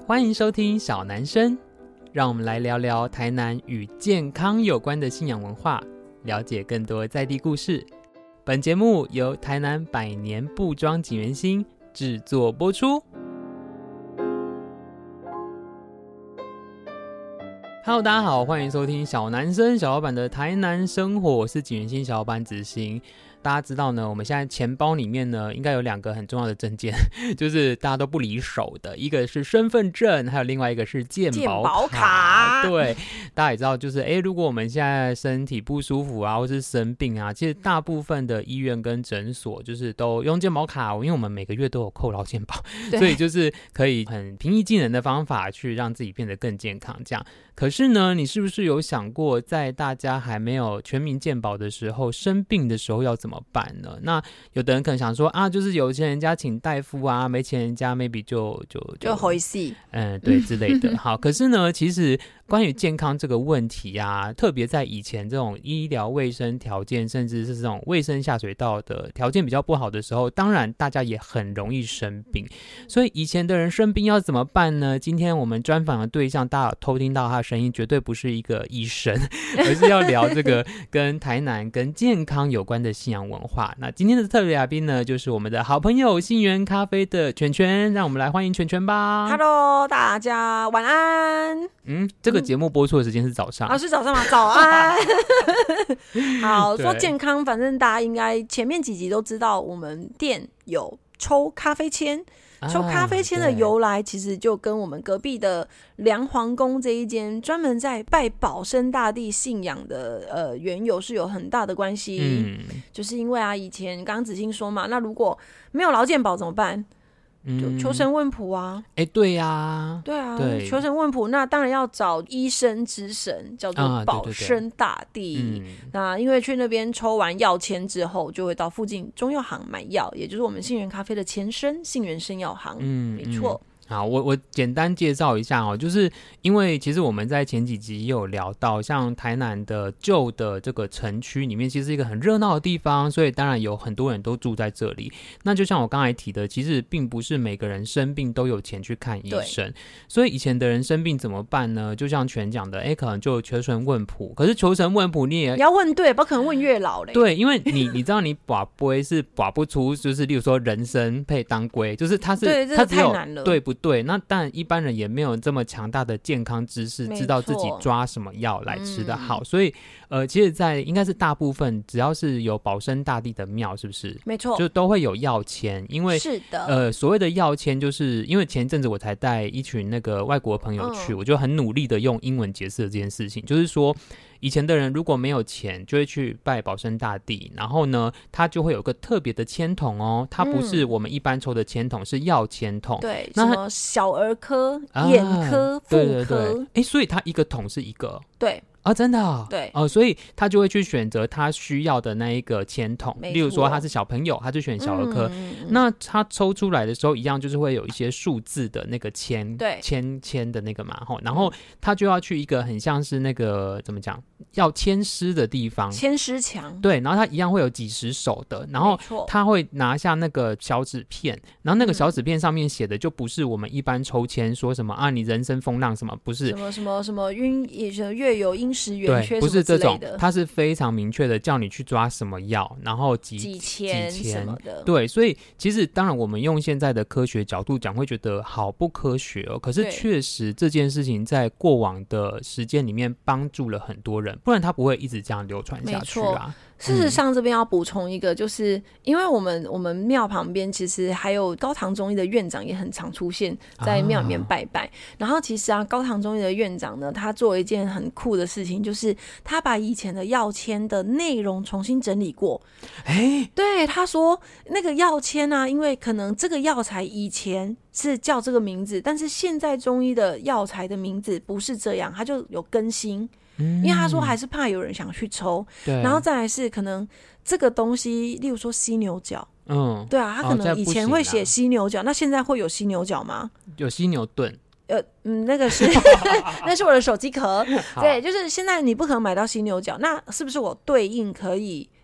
欢迎收听小男生，让我们来聊聊台南与健康有关的信仰文化，了解更多在地故事。本节目由台南百年布庄景元兴制作播出。Hello， 大家好，欢迎收听小男生小老板的台南生活，我是景元兴小老板子兴。大家知道呢，我们现在钱包里面呢，应该有2个很重要的证件，就是大家都不离手的，一个是身份证，还有另外一个是健保卡。对，大家也知道，就是如果我们现在身体不舒服啊，或是生病啊，其实大部分的医院跟诊所就是都用健保卡，因为我们每个月都有扣劳健保，所以就是可以很平易近人的方法去让自己变得更健康这样。可是呢，你是不是有想过，在大家还没有全民健保的时候，生病的时候要怎么办呢？那有的人可能想说啊，就是有钱人家请大夫啊，没钱人家 maybe 就回戏，对之类的。好，可是呢，其实关于健康这个问题啊，特别在以前这种医疗卫生条件，甚至是这种卫生下水道的条件比较不好的时候，当然大家也很容易生病。所以以前的人生病要怎么办呢？今天我们专访的对象，大家有偷听到他的声音，绝对不是一个医生，而是要聊这个跟台南跟健康有关的信仰文化。那今天的特别来宾呢，就是我们的好朋友信源咖啡的全全，让我们来欢迎全全吧。 Hello， 大家晚安。 这个节目播出的时间是早上， 是早上吗？早安。好，说健康，反正大家应该前面几集都知道，我们店有抽咖啡签。抽咖啡签的由来，其实就跟我们隔壁的梁皇宫这一间专门在拜保生大帝信仰的缘由是有很大的关系。就是因为以前刚刚子欣说嘛，那如果没有劳健保怎么办？就求神问卜啊。 对呀， 对，求神问卜，那当然要找医生之神，叫做保生大帝。那因为去那边抽完药签之后，就会到附近中药行买药，也就是我们信源咖啡的前身信源生药行。没错。 好，我简单介绍一下就是因为其实我们在前几集也有聊到，像台南的旧的这个城区里面，其实是一个很热闹的地方，所以当然有很多人都住在这里。那就像我刚才提的，其实并不是每个人生病都有钱去看医生，所以以前的人生病怎么办呢？就像全讲的，可能就求神问卜。可是求神问卜你要问对，不可能问月老嘞。 对，因为你知道你拔龟是拔不出，就是例如说人参配当归，就是它是对， 它只有太难了。 对不对？那当然一般人也没有这么强大的健康知识，知道自己抓什么药来吃的好，所以其实在应该是大部分只要是有保生大帝的庙，是不是？ 没错， 就都会有药签。因为是的， 所谓的药签，就是因为前一阵子我才带一群那个外国朋友去，我就很努力的用英文解释了这件事情，就是说以前的人如果没有钱，就会去拜保生大帝，然后呢，他就会有个特别的签筒哦，它不是我们一般抽的签筒，是药签筒。 对，什么小儿科、眼科、妇科， 所以它一个筒是一个。 对。 真的对所以他就会去选择他需要的那一个签筒，例如说他是小朋友，他就选小儿科。那他抽出来的时候，一样就是会有一些数字的那个签的那个嘛，然后他就要去一个很像是那个怎么讲，要签诗的地方， 签诗墙。 对，然后他一样会有几十首的，然后他会拿下那个小纸片，然后那个小纸片上面写的就不是我们一般抽签说什么你人生风浪什么，不是什么月有阴时圆缺， 不是这种，它是非常明确的叫你去抓什么药，然后几千什么的。 对，所以其实当然我们用现在的科学角度讲，会觉得好不科学可是确实这件事情在过往的时间里面帮助了很多人，不然它不会一直这样流传下去啊。 事实上这边要补充一个，就是因为我们庙旁边其实还有高堂中医的院长也很常出现在庙里面拜拜，然后其实高堂中医的院长呢，他做了一件很酷的事情，就是他把以前的药签的内容重新整理过。对，他说那个药签因为可能这个药材以前是叫这个名字，但是现在中医的药材的名字不是这样，他就有更新。因为他说还是怕有人想去抽，然后再来是可能这个东西，例如说犀牛角，对啊，他可能以前会写犀牛角，那现在会有犀牛角吗？ 有犀牛盾。 那个是那是我的手机壳。对，就是现在你不可能买到犀牛角，那是不是我对应可以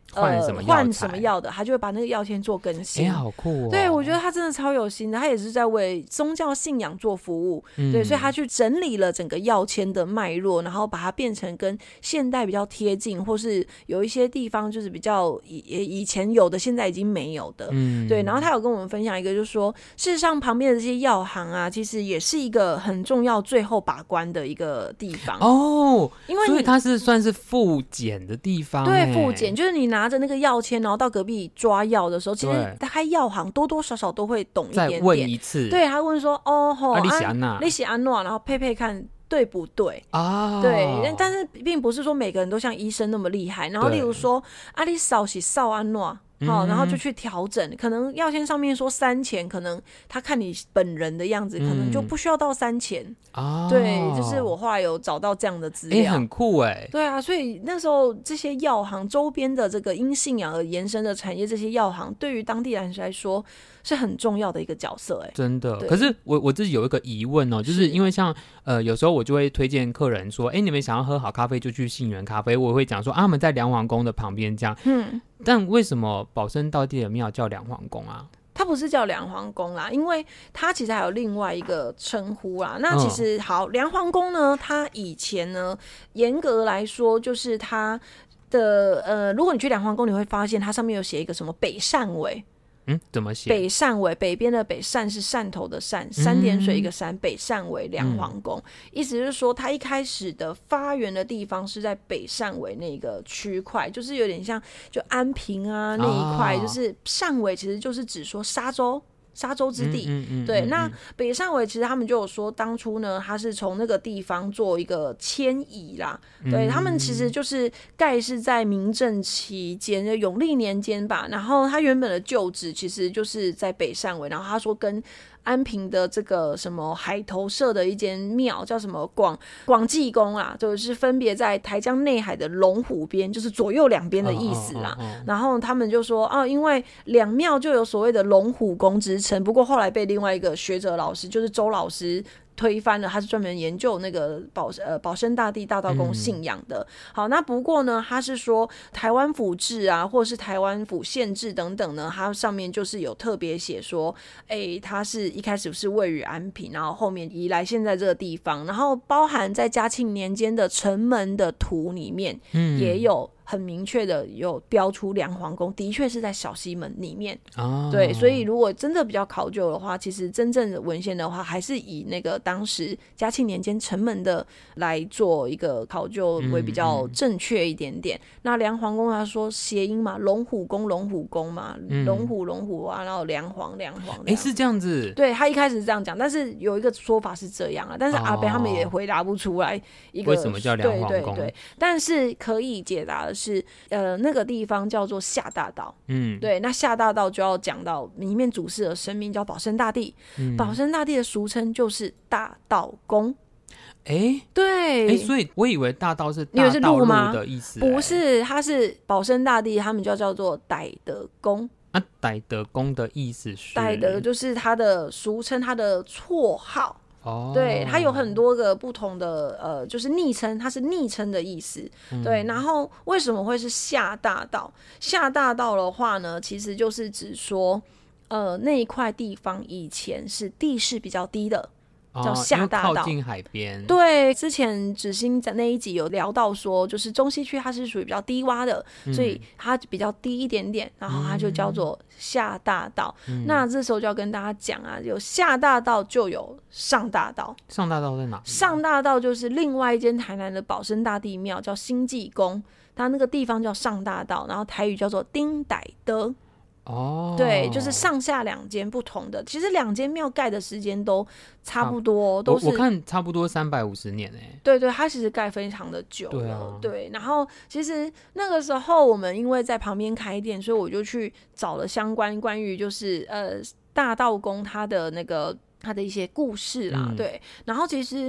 换什么药的，他就会把那个药签做更新。 好酷哦！ 对，我觉得他真的超有心的，他也是在为宗教信仰做服务。对，所以他去整理了整个药签的脉络，然后把它变成跟现代比较贴近，或是有一些地方就是比较以前有的，现在已经没有的。对，然后他有跟我们分享一个，就是说，事实上旁边的这些药行啊，其实也是一个很重要、最后把关的一个地方哦。 因为所以它是算是复检的地方。 对，复检就是你拿着那个药签，然后到隔壁抓药的时候，其实开药行多多少少都会懂一点点。 再问一次， 对，他问说：“哦吼， 你是安娜， 你是安诺，然后配看对不对啊？”对，但是并不是说每个人都像医生那么厉害。然后例如说，你扫是扫安诺。好，然后就去调整，可能药签上面说3000，可能他看你本人的样子，可能就不需要到3000啊。对，就是我后来有找到这样的资料， 很酷哎。 对啊，所以那时候这些药行周边的这个因信仰而延伸的产业，这些药行对于当地人来说是很重要的一个角色哎。 真的，可是我自己有一个疑问哦，就是因为像有时候我就会推荐客人说，你们想要喝好咖啡就去信源咖啡，我会讲说他们在梁皇宫的旁边这样。但为什么保生道地的庙叫梁皇宫啊？ 它不是叫梁皇宫啦，因为它其实还有另外一个称呼啦。那其实好，梁皇宫呢，它以前呢，严格来说就是它的如果你去梁皇宫，你会发现它上面有写一个什么北汕尾。 怎么写？ 北汕尾，北边的北，汕是汕头的汕，3点水一个山，北汕尾梁皇宫。意思是说，它一开始的发源的地方是在北汕尾那个区块，就是有点像就安平啊那一块，就是汕尾其实就是指说沙洲之地。对，那北汕尾其实他们就有说，当初呢，他是从那个地方做一个迁移啦。对，他们其实就是盖是在明正期间，就永历年间吧。然后他原本的旧址其实就是在北汕尾，然后他说跟安平的这个什么海头社的一间庙叫什么广济宫啊，就是分别在台江内海的龙虎边，就是左右两边的意思啦。然后他们就说因为两庙就有所谓的龙虎宫之称，不过后来被另外一个学者老师，就是周老师推翻了，他是专门研究那个保生大帝大道公信仰的。好，那不过呢，他是说台湾府志啊，或是台湾府县志等等呢，它上面就是有特别写说，它是一开始是位于安平，然后后面移来现在这个地方，然后包含在嘉庆年间的城门的图里面，也有很明确的有标出梁皇宫的确是在小西门里面。对，所以如果真的比较考究的话，其实真正的文献的话，还是以那个当时嘉庆年间城门的来做一个考究为比较正确一点点。那梁皇宫他说谐音嘛，龙虎宫嘛，龙虎啊，然后梁皇是这样子。 对，他一开始是这样讲，但是有一个说法是这样啊，但是阿北他们也回答不出来一个为什么叫梁皇宫。 对，但是可以解答的是那个地方叫做下大道。对，那下大道就要讲到里面主事的神明叫保生大帝。保生大帝的俗称就是大道公。对， 所以我以为大道是大道路的意思。 不是，他是保生大帝，他们就叫做歹德公。 歹德公的意思是歹德，就是他的俗称，他的绰号。对，它有很多个不同的就是昵称，它是昵称的意思。对，然后为什么会是下大道？下大道的话呢，其实就是指说那一块地方以前是地势比较低的，叫下大道， 靠近海边。 对，之前芷欣在那一集有聊到说，就是中西区它是属于比较低洼的，所以它比较低一点点，然后它就叫做下大道。那这时候就要跟大家讲啊，有下大道就有上大道。 上大道在哪？ 上大道就是另外一间台南的保生大帝庙，叫兴济宫，它那个地方叫上大道，然后台语叫做丁傣德。对，就是上下两间不同的，其实两间庙盖的时间都差不多，都是我看差不多350年对，它其实盖非常的久了。对，然后其实那个时候我们因为在旁边开店，所以我就去找了关于就是大道公他的那个他的一些故事啦。对，然后其实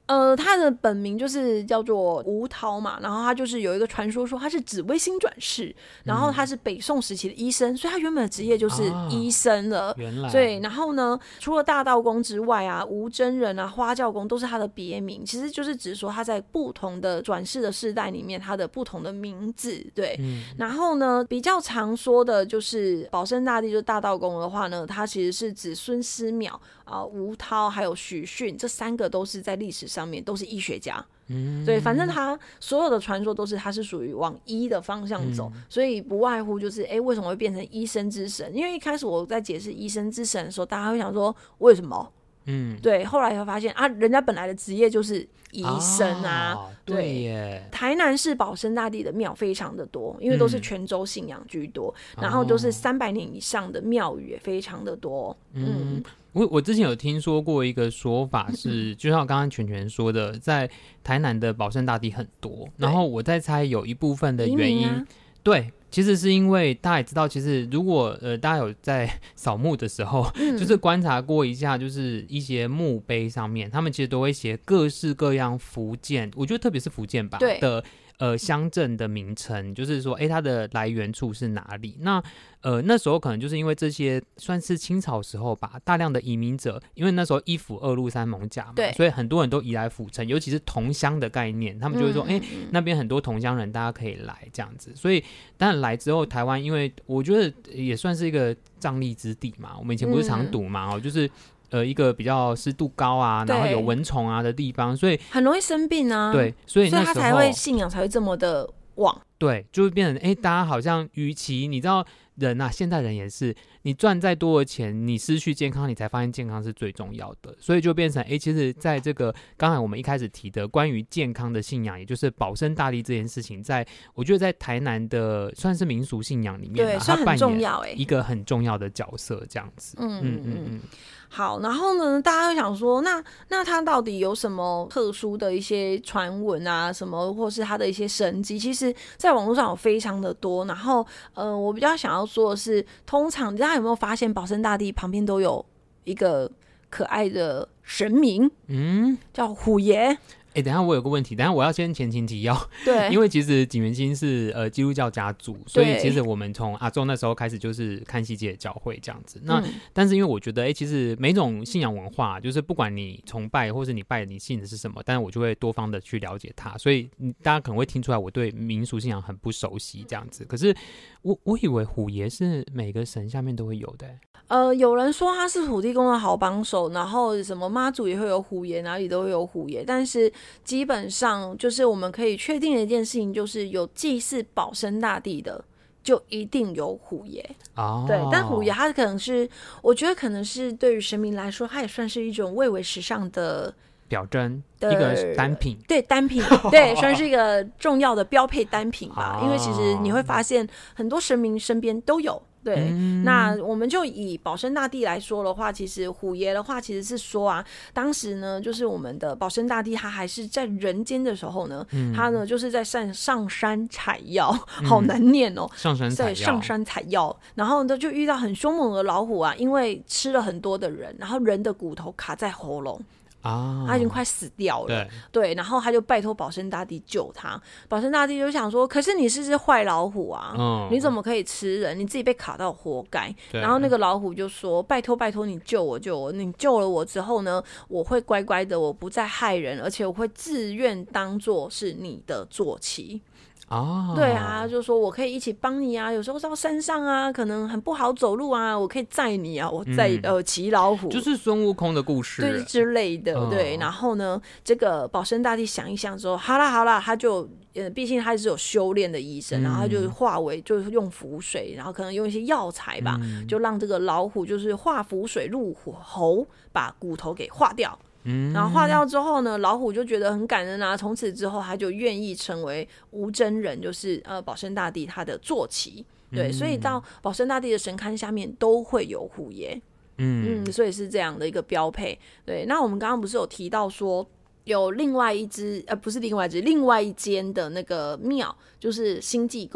他的本名就是叫做吴涛嘛，然后他就是有一个传说说他是紫微星转世，然后他是北宋时期的医生，所以他原本的职业就是医生了。 原来对，然后呢，除了大道公之外啊，吴真人啊、花教公都是他的别名，其实就是指说他在不同的转世的世代里面，他的不同的名字。对，然后呢，比较常说的就是保生大帝，就是大道公的话呢，他其实是指孙思邈吴涛还有许逊，这3个都是在历史上面都是医学家。对，反正他所有的传说都是他是属于往医的方向走，所以不外乎就是为什么会变成医生之神？因为一开始我在解释医生之神的时候，大家会想说为什么？对，后来才发现人家本来的职业就是医生啊。 对耶， 台南市保生大帝的庙非常的多，因为都是泉州信仰居多，然后都是300年以上的庙宇也非常的多。 我之前有听说过一个说法是，就像刚刚全全说的，在台南的保生大帝很多，然后我在猜有一部分的原因，对，其实是因为大家也知道，其实如果大家有在扫墓的时候，就是观察过一下，就是一些墓碑上面，他们其实都会写各式各样福建，我觉得特别是福建吧的乡镇的名称，就是说它的来源处是哪里。那时候可能就是因为这些算是清朝时候吧，大量的移民者，因为那时候一府二路三艋甲嘛，所以很多人都移来府城，尤其是同乡的概念，他们就会说那边很多同乡人，大家可以来这样子。所以当然来之后，台湾因为我觉得也算是一个瘴疠之地嘛，我们以前不是常赌嘛，就是一个比较湿度高啊，然后有蚊虫啊的地方，所以很容易生病啊。 对，所以那时候他才会信仰才会这么的旺。 对，就会变成大家好像与其你知道人啊，现代人也是，你赚再多的钱，你失去健康，你才发现健康是最重要的，所以就变成其实在这个刚才我们一开始提的关于健康的信仰，也就是保生大帝这件事情，我觉得在台南的算是民俗信仰里面，它扮演一个很重要的角色，这样子。 好，然后呢，大家会想说，那它到底有什么特殊的一些传闻啊，什么或是它的一些神迹？其实，在网络上有非常的多。然后，我比较想要说的是，通常大家有没有发现，保生大帝旁边都有一个可爱的神明，叫虎爷。 等一下我有个问题，等一下我要先前情提要， 对， 因为其实景元星是基督教家族，所以其实我们从阿周那时候开始就是看世界的教会这样子。但是因为我觉得其实每种信仰文化，就是不管你崇拜或是你拜你信的是什么，但是我就会多方的去了解它，所以大家可能会听出来我对民俗信仰很不熟悉这样子。可是我以为虎爷是每个神下面都会有的。 有人说他是土地公的好帮手，然后什么妈祖也会有虎爷，哪里都会有虎爷，但是基本上就是我们可以确定的一件事情，就是有祭祀保生大帝的，就一定有虎爷。对，但虎爷他可能是，我觉得可能是对于神明来说，他也算是一种蔚为时尚的表征，一个单品， 对，单品，对，算是一个重要的标配单品吧。因为其实你会发现很多神明身边都有。对，那我们就以保生大帝来说的话，其实虎爷的话其实是说当时呢，就是我们的保生大帝他还是在人间的时候呢，他呢就是在上山采药，好难念哦， 上山采药，然后呢就遇到很凶猛的老虎因为吃了很多的人，然后人的骨头卡在喉咙。他已经快死掉了，对，然后他就拜托保生大帝救他。保生大帝就想说，可是你是只坏老虎啊，你怎么可以吃人？你自己被卡到活该。然后那个老虎就说，拜托你救我，你救了我之后呢，我会乖乖的，我不再害人，而且我会自愿当作是你的坐骑。对啊，就说我可以一起帮你有时候到山上可能很不好走路我可以载你我载骑老虎， 就是孙悟空的故事， 对之类的。对，然后呢，这个保生大帝想一想之后，好啦，他就毕竟他是有修炼的医生，然后他就化为就是用符水，然后可能用一些药材吧，就让这个老虎就是化符水入喉，把骨头给化掉。然后化掉之后呢，老虎就觉得很感恩从此之后他就愿意成为吴真人，就是保生大帝他的坐骑。对，所以到保生大帝的神龛下面都会有虎爷。所以是这样的一个标配。对，那我们刚刚不是有提到说有另外一间的那个庙，就是星济宫。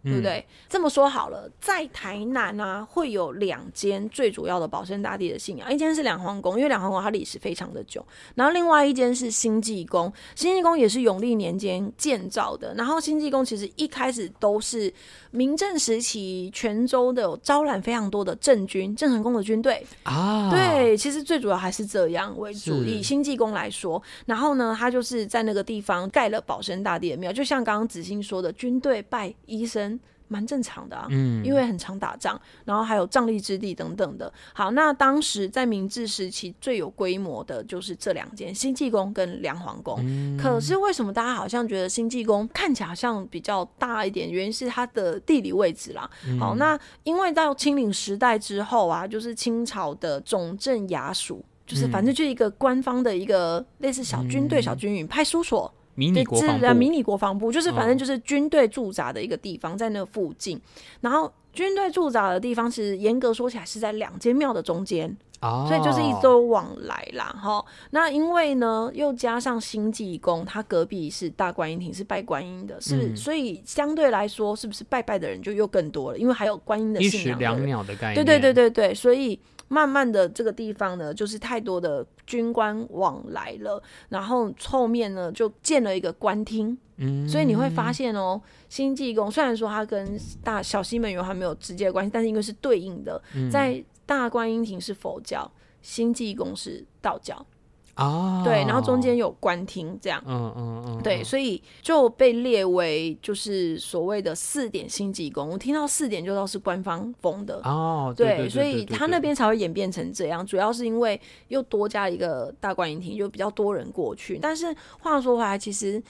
对不对？这么说好了，在台南啊，会有2间最主要的保生大帝的信仰，一间是梁皇宫，因为梁皇宫它历史非常的久，然后另外一间是兴济宫，兴济宫也是永历年间建造的，然后兴济宫其实一开始都是明郑时期泉州的招揽非常多的郑军、郑成功的军队啊，对，其实最主要还是这样为主，以兴济宫来说，然后呢，他就是在那个地方盖了保生大帝的庙，就像刚刚子欣说的，军队拜医生蛮正常的啊，因为很常打仗，然后还有瘴疠之地等等的。好，那当时在明治时期最有规模的就是这2间，兴济宫跟梁皇宫。可是为什么大家好像觉得兴济宫看起来好像比较大一点？原因是它的地理位置啦。好，那因为到清领时代之后啊，就是清朝的总政衙署，就是反正就是一个官方的一个类似小军队、小军营派出所。 迷你国防部就是反正就是军队驻扎的一个地方，在那附近。然后军队驻扎的地方，其实严格说起来是在2间庙的中间，所以就是一直都往来啦。那因为呢，又加上兴济宫，它隔壁是大观音亭，是拜观音的，是所以相对来说，是不是拜拜的人就又更多了？因为还有观音的信仰的人， 一石两鸟的概念。 对，所以慢慢的这个地方呢，就是太多的军官往来了，然后后面呢就建了一个官厅。所以你会发现哦，兴济宫虽然说它跟小西门园还没有直接的关系，但是因为是对应的，在大观音亭是佛教，兴济宫是道教。对，然后中间有官厅这样，对，所以就被列为就是所谓的4点兴济宫。我听到4点就知道是官方封的对，所以他那边才会演变成这样，主要是因为又多加一个大观音亭，就比较多人过去。但是话说回来，其实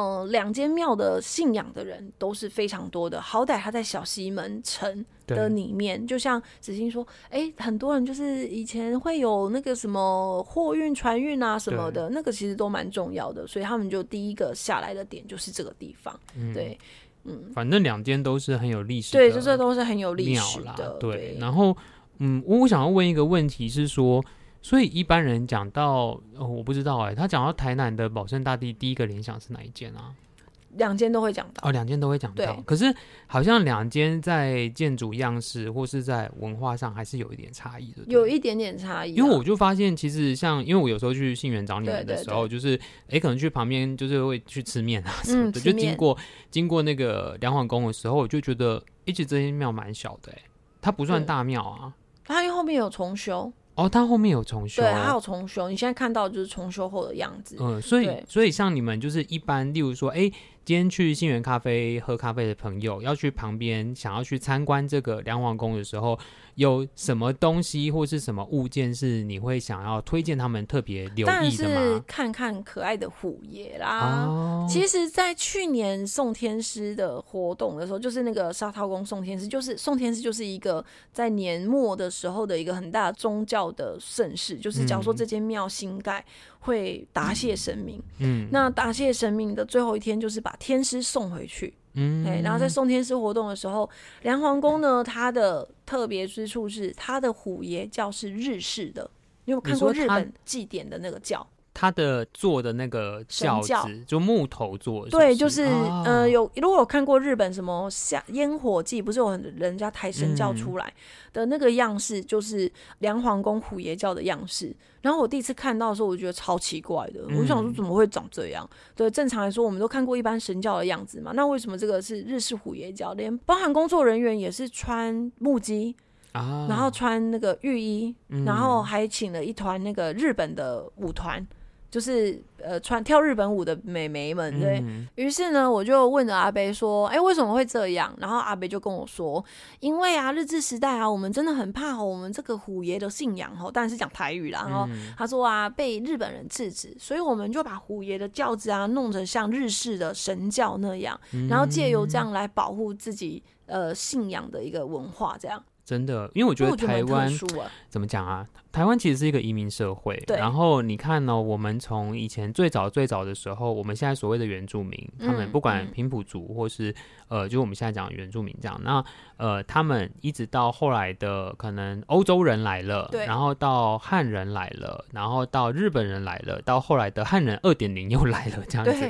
2间庙的信仰的人都是非常多的，好歹他在小西门城的里面，就像子欣说，很多人就是以前会有那个什么货运船运啊什么的，那个其实都蛮重要的，所以他们就第一个下来的点就是这个地方。对， 反正2间都是很有历史的， 对，就这都是很有历史的。 对，然后我想要问一个问题是说，所以一般人讲到我不知道他讲到台南的保生大帝，第一个联想是哪一间啊 ？2间都会讲到 2间都会讲到。可是好像2间在建筑样式或是在文化上还是有一点差异的， 有一点点差异。 因为我就发现，其实像因为我有时候去信源找你们的时候，就是可能去旁边就是会去吃面啊什么的，就经过那个梁皇宫的时候，我就觉得其实这间庙蛮小的它不算大庙啊。 它因为后面有重修。 它后面有重修， 对，它有重修，你现在看到的就是重修后的样子。 所以像你们就是一般，例如说，今天去信源咖啡喝咖啡的朋友，要去旁边想要去参观这个梁皇宫的时候，有什么东西或是什么物件是你会想要推荐他们特别留意的吗？ 但是看看可爱的虎爷啦。其实在去年送天师的活动的时候，就是那个沙涛宫送天师，就是送天师就是一个在年末的时候的一个很大的宗教的盛事，就是假如说这间庙新盖会答谢神明，那答谢神明的最后一天就是把天师送回去。然后在送天师活动的时候，梁皇宫呢，它的特别之处是它的虎爷教是日式的，你有看过日本祭典的那个教？他的做的那个轿子就木头做的， 对，就是如果有看过日本什么烟火祭，不是有人家抬神轿出来的那个样式，就是梁皇宫虎爷教的样式。然后我第一次看到的时候，我觉得超奇怪的，我想说怎么会长这样？对，正常来说我们都看过一般神教的样子嘛，那为什么这个是日式虎爷教？连包含工作人员也是穿木屐。然后穿那个浴衣，然后还请了一团那个日本的舞团，就是跳日本舞的美眉们。对，于是呢，我就问了阿北说，为什么会这样？然后阿北就跟我说，因为日治时代我们真的很怕我们这个虎爷的信仰当然是讲台语啦。然后他说被日本人制止，所以我们就把虎爷的轿子弄成像日式的神教那样，然后借由这样来保护自己信仰的一个文化，这样。 真的，因为我觉得台湾怎么讲啊？台湾其实是一个移民社会，然后你看我们从以前最早的时候，我们现在所谓的原住民，他们不管平埔族或是就我们现在讲原住民这样，那他们一直到后来的可能欧洲人来了，然后到汉人来了，然后到日本人来了，到后来的汉人2.0又来了这样子。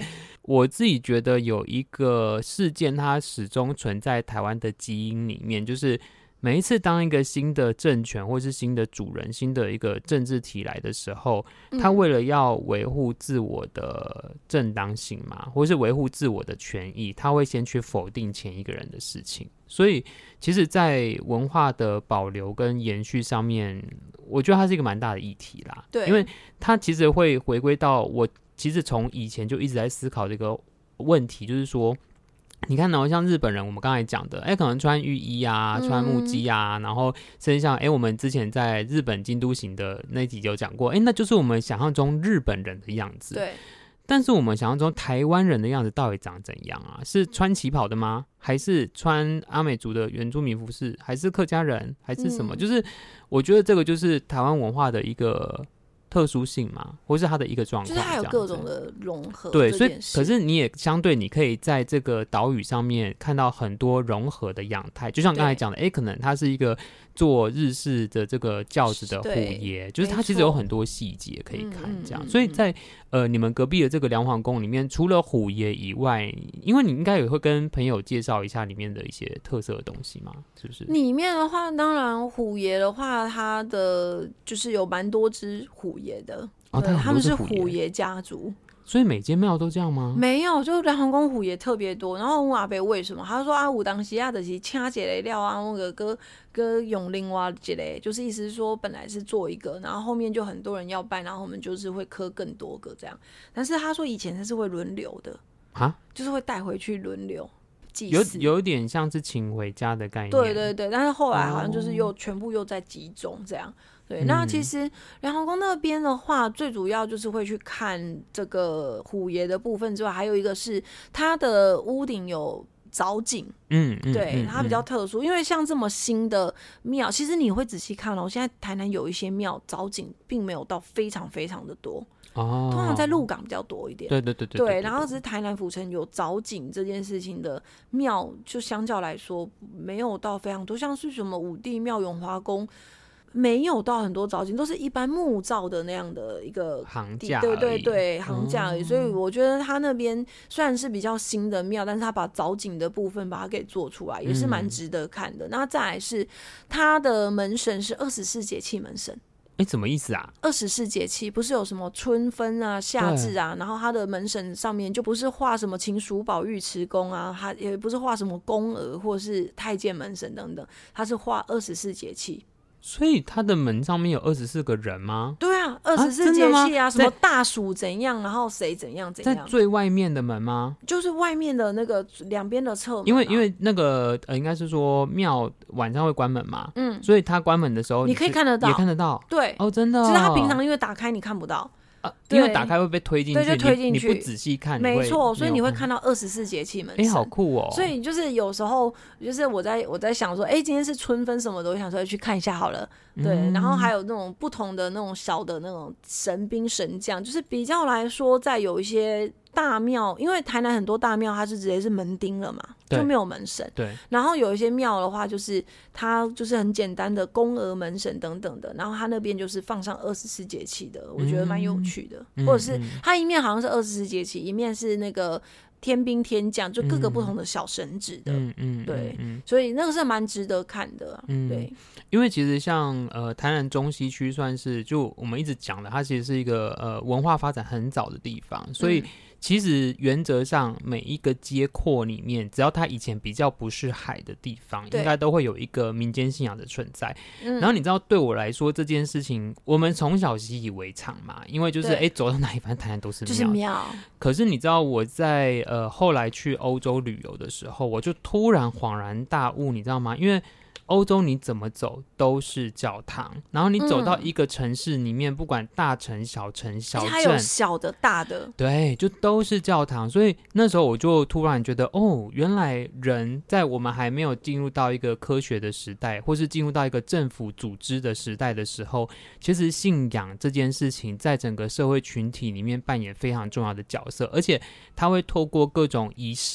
我自己觉得有一个事件它始终存在台湾的基因里面，就是每一次当一个新的政权或是新的主人新的一个政治体来的时候，他为了要维护自我的正当性嘛，或是维护自我的权益，他会先去否定前一个人的事情。所以其实在文化的保留跟延续上面，我觉得它是一个蛮大的议题啦。 对， 因为它其实会回归到我其实从以前就一直在思考这个问题，就是说你看哦，像日本人我们刚才讲的，可能穿浴衣啊，穿木屐啊，然后甚至像我们之前在日本京都行的那集有讲过，那就是我们想象中日本人的样子。 对， 但是我们想象中台湾人的样子到底长怎样啊？是穿旗袍的吗？还是穿阿美族的原住民服饰？还是客家人？还是什么？就是我觉得这个就是台湾文化的一个特殊性嘛，或是它的一个状况， 就是它有各种的融合。 对，所以可是你也相对你可以在这个岛屿上面看到很多融合的样态，就像刚才讲的，可能它是一个做日式的这个轿子的虎爷，就是它其实有很多细节可以看这样。所以在你们隔壁的这个梁皇宫里面，除了虎爷以外，因为你应该也会跟朋友介绍一下里面的一些特色的东西嘛，是不是？ 里面的话，当然虎爷的话，它的就是有蛮多只虎爷的，他们是虎爷家族。 所以每间庙都这样吗？ 没有，就梁皇宫虎爷特别多。然后问阿伯为什么，他说有当时就是请一个料啊，那个用另外一个，就是意思是说本来是做一个，然后后面就很多人要拜，然后我们就是会刻更多个这样。但是他说以前他是会轮流的啊，就是会带回去轮流。 有点像是请回家的概念。 对对对，但是后来好像就是全部又在集中这样。对，那其实梁皇宫那边的话，最主要就是会去看这个虎爷的部分之外，还有一个是它的屋顶有藻井。对，它比较特殊，因为像这么新的庙，其实你会仔细看哦，现在台南有一些庙藻井并没有到非常非常的多。通常在鹿港比较多一点。 对对对对 对， 然后只是台南府城有藻井这件事情的庙，就相较来说没有到非常多，像是什么武帝庙、永华宫，没有到很多藻井，都是一般木造的那样的一个行架， 对对对，行架而已。所以我觉得他那边虽然是比较新的庙，但是他把藻井的部分把它给做出来，也是蛮值得看的。那再来是他的门神是24节气门神。 什么意思啊 ？24节气不是有什么春分啊、夏至啊，然后它的门神上面就不是画什么秦叔宝尉迟恭啊，它也不是画什么宫娥或是太监门神等等，它是画24节气。 所以他的门上面有24个人吗？ 对啊，24节气啊，什么大暑怎样，然后谁怎样怎样， 在最外面的门吗？ 就是外面的那个两边的侧门因为那个应该是说庙晚上会关门嘛，所以他关门的时候你可以看得到， 也看得到， 对真的， 只是他平常因为打开你看不到。 因为打开会被推进去， 对，就推进去， 你不仔细看， 没错，所以你会看到24节气门神。 好酷哦！ 所以就是有时候，就是我在想说，今天是春分什么的，我想说去看一下好了。对，然后还有那种不同的那种小的那种神兵神将，就是比较来说，在有一些大庙，因为台南很多大庙它是直接是门钉了嘛，就没有门神。 对。 然后有一些庙的话，就是它就是很简单的宫娥门神等等的，然后它那边就是放上24节气的，我觉得蛮有趣的。或者是它一面好像是24节气，一面是那个天兵天将，就各个不同的小神祇的。对，所以那个是蛮值得看的。对。 因为其实像台南中西区算是就我们一直讲的，它其实是一个文化发展很早的地方，所以其实原则上每一个街廓里面，只要它以前比较不是海的地方，应该都会有一个民间信仰的存在。然后你知道对我来说这件事情，我们从小习以为常嘛，因为就是走到哪里反正台南都是庙， 就是庙。 可是你知道我在后来去欧洲旅游的时候，我就突然恍然大悟，你知道吗？因为欧洲你怎么走都是教堂，然后你走到一个城市里面，不管大城小城小镇， 还有小的大的， 对，就都是教堂。所以那时候我就突然觉得，原来人在我们还没有进入到一个科学的时代，或是进入到一个政府组织的时代的时候，其实信仰这件事情在整个社会群体里面扮演非常重要的角色，而且它会透过各种仪式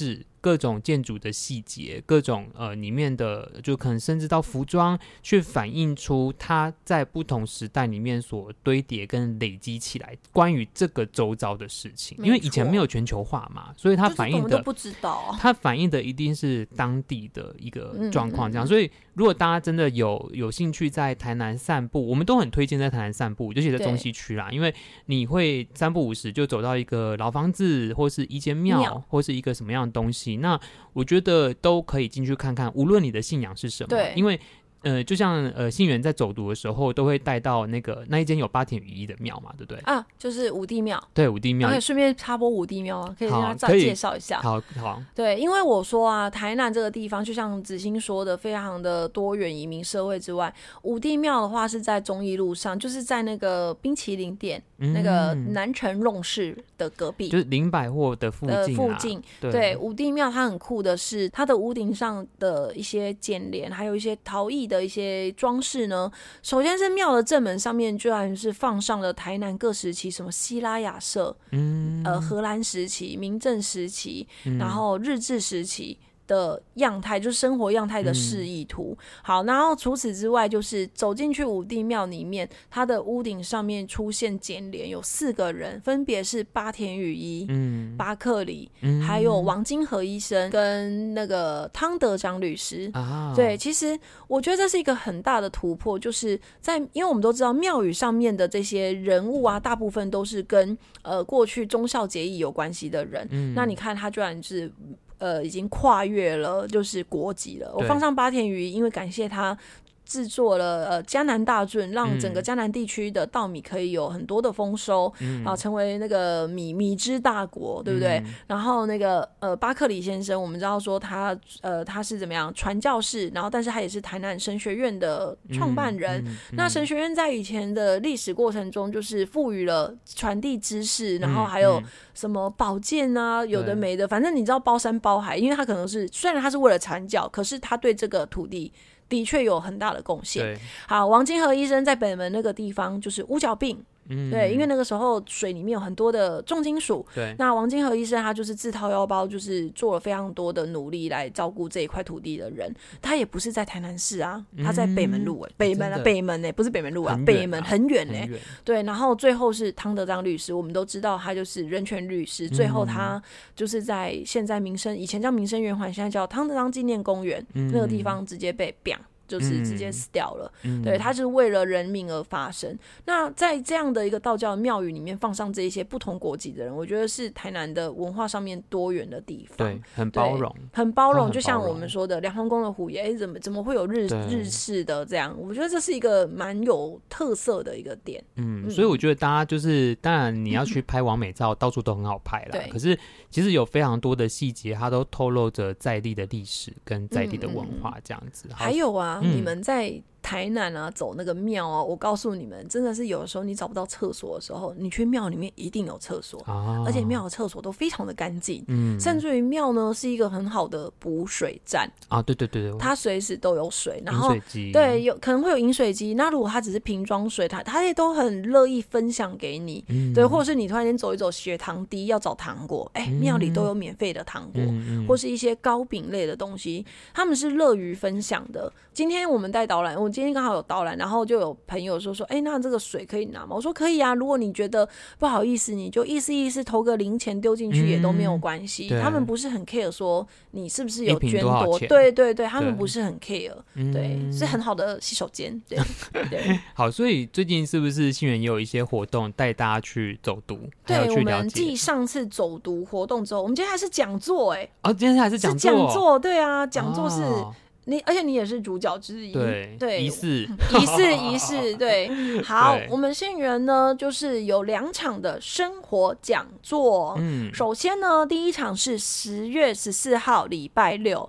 各种建筑的细节，各种里面的就可能甚至到服装，去反映出它在不同时代里面所堆叠跟累积起来关于这个周遭的事情。因为以前没有全球化嘛，所以它反映的、 就是、我们都不知道， 它反映的一定是当地的一个状况这样。所以如果大家真的有兴趣在台南散步，我们都很推荐在台南散步，尤其在中西区啦，因为你会三不五时就走到一个老房子，或是一间庙，或是一个什么样的东西，那我觉得都可以进去看看，无论你的信仰是什么。 对， 因为就像信源在走读的时候都会带到那一间有八田雨衣的庙嘛，对不对啊？就是五帝庙。 对，五帝庙。 可以顺便插播五帝庙啊，可以跟他再介绍一下。 好。 对，因为我说啊，台南这个地方就像子欣说的，非常的多元移民社会之外，五帝庙的话是在忠义路上，就是在那个冰淇淋店、那个南城弄市的隔壁， 就是林百货的附近。 对，五帝庙它很酷的是，它的屋顶上的一些剪联，还有一些陶艺的一些装饰呢。首先是庙的正门上面居然是放上了台南各时期，什么西拉雅舍，荷兰时期、明郑时期，然后日治时期的样态，就是生活样态的示意图。好，然后除此之外，就是走进去五帝庙里面，它的屋顶上面出现剪联，有4个人，分别是八田雨衣、巴克里，还有王金河医生跟那个汤德章律师。对，其实我觉得这是一个很大的突破，就是因为我们都知道庙宇上面的这些人物啊，大部分都是跟过去忠孝节义有关系的人。那你看他居然是已经跨越了就是国籍了。我放上八田雨衣，因为感谢他制作了嘉南大圳，让整个嘉南地区的稻米可以有很多的丰收，成为那个米之大国，对不对？然后那个巴克里先生，我们知道说他是怎么样传教士，然后但是他也是台南神学院的创办人。那神学院在以前的历史过程中，就是赋予了传递知识，然后还有什么保健啊，有的没的，反正你知道包山包海，因为他可能是虽然他是为了传教，可是他对这个土地的确有很大的贡献。好，王金河医生在北门那个地方就是乌角病。对，因为那个时候水里面有很多的重金属。对，那王金河医生他就是自掏腰包，就是做了非常多的努力来照顾这一块土地的人。他也不是在台南市啊，他在北门路北门不是北门路啊，北门很远对，然后最后是汤德章律师，我们都知道他就是人权律师。最后他就是在现在以前叫民生圆环，现在叫汤德章纪念公园那个地方直接被就是直接死掉了。对，他是为了人民而发声。那在这样的一个道教庙宇里面放上这一些不同国籍的人，我觉得是台南的文化上面多元的地方。对，很包容，就像我们说的梁皇宫的虎爷，怎么会有日式的这样？我觉得这是一个蛮有特色的一个点。 所以我觉得大家就是当然你要去拍完美照，到处都很好拍啦。可是其实有非常多的细节，它都透露着在地的历史跟在地的文化这样子。 还有啊，你们在台南啊走那个庙啊，我告诉你们，真的是有的时候你找不到厕所的时候，你去庙里面一定有厕所。而且庙的厕所都非常的干净。甚至于庙呢是一个很好的补水站啊。对，它随时都有水，然后对，可能会有饮水机。那如果它只是瓶装水，它也都很乐意分享给你。对，或者是你突然间走一走血糖低要找糖果，庙里都有免费的糖果，或是一些糕饼类的东西，他们是乐于分享的。今天我们带导览，我今天刚好有导览，然后就有朋友说那这个水可以拿吗？我说可以啊，如果你觉得不好意思，你就意思投个零钱丢进去也都没有关系。他们不是很 care 说你是不是有捐多，对，他们不是很 care。对，是很好的洗手间。对好，所以最近是不是信源也有一些活动带大家去走读？ 对，我们继上次走读活动之后，我们今天还是讲座。 今天还是讲座。 对啊，讲座是而且你也是主角之一。对， 仪式对。好，我们信源呢就是有2场的生活讲座。首先呢，第一场是10月14号礼拜六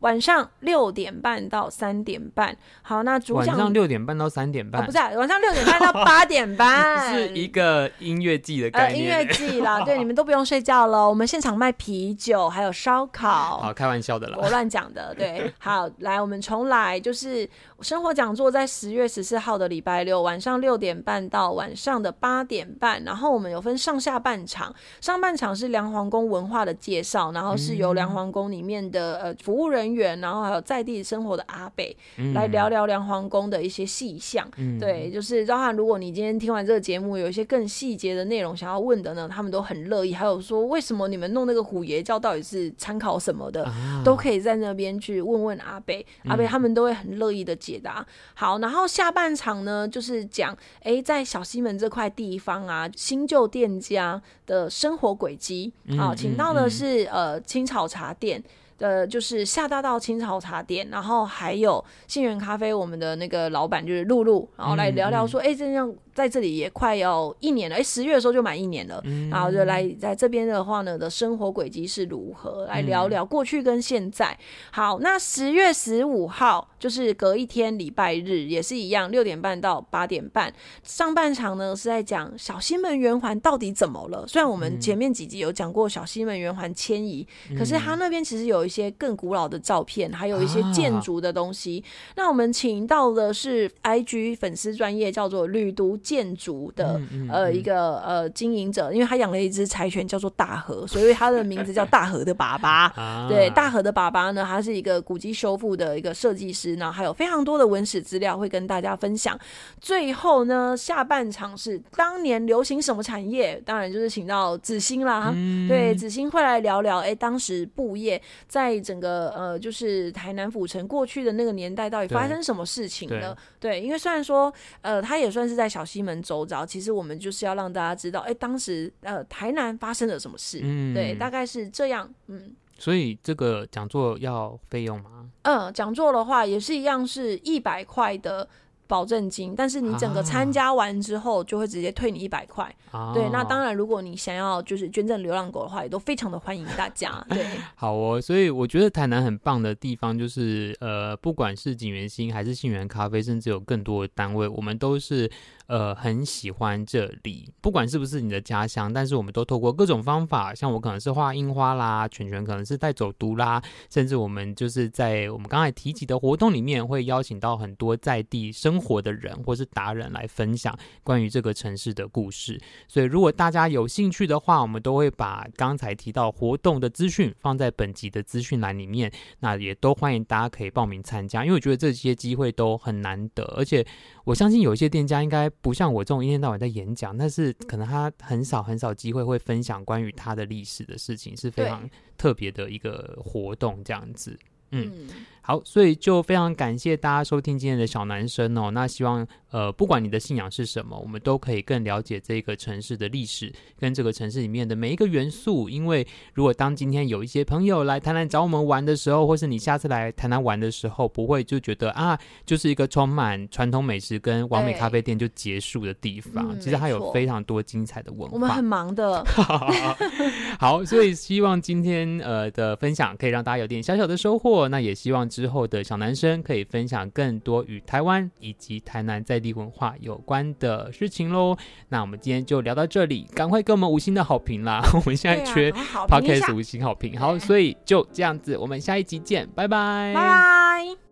晚上6点半到3点半。好，那主讲晚上6点半到3点半， 不是、晚上6点半到8点半， 是一个音乐季的概念， 音乐季啦，对，你们都不用睡觉了。我们现场卖啤酒，还有烧烤。 好，开玩笑的啦， 我乱讲的。对，好，来，我们重来，就是生活讲座在10月14号的礼拜六晚上6点半到晚上的8点半，然后我们有分上下半场，上半场是梁皇宫文化的介绍，然后是由梁皇宫里面的服务人员，然后还有在地生活的阿伯、来聊聊梁皇宫的一些细项。对，就是包含如果你今天听完这个节目有一些更细节的内容想要问的呢，他们都很乐意，还有说为什么你们弄那个虎爷教到底是参考什么的，都可以在那边去问问阿伯，他们都会很乐意的解答。好，然后下半场呢就是讲在小西门这块地方啊，新旧店家的生活轨迹。请到的是青草茶店，就是下大道青草茶店，然后还有杏源咖啡我们的那个老板就是露露，然后来聊聊说这样在这里也快要1年了，10月的时候就满1年了，然后就来在这边的话呢的生活轨迹是如何，来聊聊过去跟现在。好，那10月15号就是隔一天礼拜日，也是一样6点半到8点半，上半场呢是在讲小西门圆环到底怎么了。虽然我们前面几集有讲过小西门圆环迁移，可是他那边其实有一些更古老的照片，还有一些建筑的东西。那我们请到的是 IG 粉丝专页叫做旅读建筑的一个经营者，因为他养了一只柴犬叫做大和，所以他的名字叫大和的爸爸。对，大和的爸爸呢，他是一个古迹修复的一个设计师，然后还有非常多的文史资料会跟大家分享。最后呢，下半场是当年流行什么产业，当然就是请到子欣啦。对，子欣会来聊聊当时布业在整个就是台南府城过去的那个年代到底发生什么事情了。对，因为虽然说他也算是在小西门周遭，其实我们就是要让大家知道当时台南发生了什么事。对，大概是这样。 所以这个讲座要费用吗？ 讲座的话也是一样，是100块的保证金，但是你整个参加完之后就会直接退你100块。对，那当然如果你想要就是捐赠流浪狗的话，也都非常的欢迎大家。对， 好哦，所以我觉得台南很棒的地方就是不管是锦源兴还是杏源咖啡，甚至有更多的单位，我们都是很喜欢这里，不管是不是你的家乡，但是我们都透过各种方法，像我可能是画樱花啦，犬可能是带走读啦，甚至我们就是在我们刚才提及的活动里面会邀请到很多在地生活的人或是达人来分享关于这个城市的故事。所以如果大家有兴趣的话，我们都会把刚才提到活动的资讯放在本集的资讯栏里面，那也都欢迎大家可以报名参加，因为我觉得这些机会都很难得，而且我相信有一些店家应该不像我这种一天到晚在演讲，但是可能他很少机会会分享关于他的历史的事情，是非常特别的一个活动这样子。好，所以就非常感谢大家收听今天的小男生哦。那希望不管你的信仰是什么，我们都可以更了解这个城市的历史跟这个城市里面的每一个元素。因为如果当今天有一些朋友来台南找我们玩的时候，或是你下次来台南玩的时候，不会就觉得就是一个充满传统美食跟完美咖啡店就结束的地方。其实它有非常多精彩的文化， 我们很忙的。 好，所以希望今天的分享可以让大家有点小小的收获，那也希望之后的小男生可以分享更多与台湾以及台南在地文化有关的事情咯。那我们今天就聊到这里，赶快给我们5星的好评啦，我们现在缺 Podcast 5星好评。好，所以就这样子，我们下一集见，拜拜， 拜拜。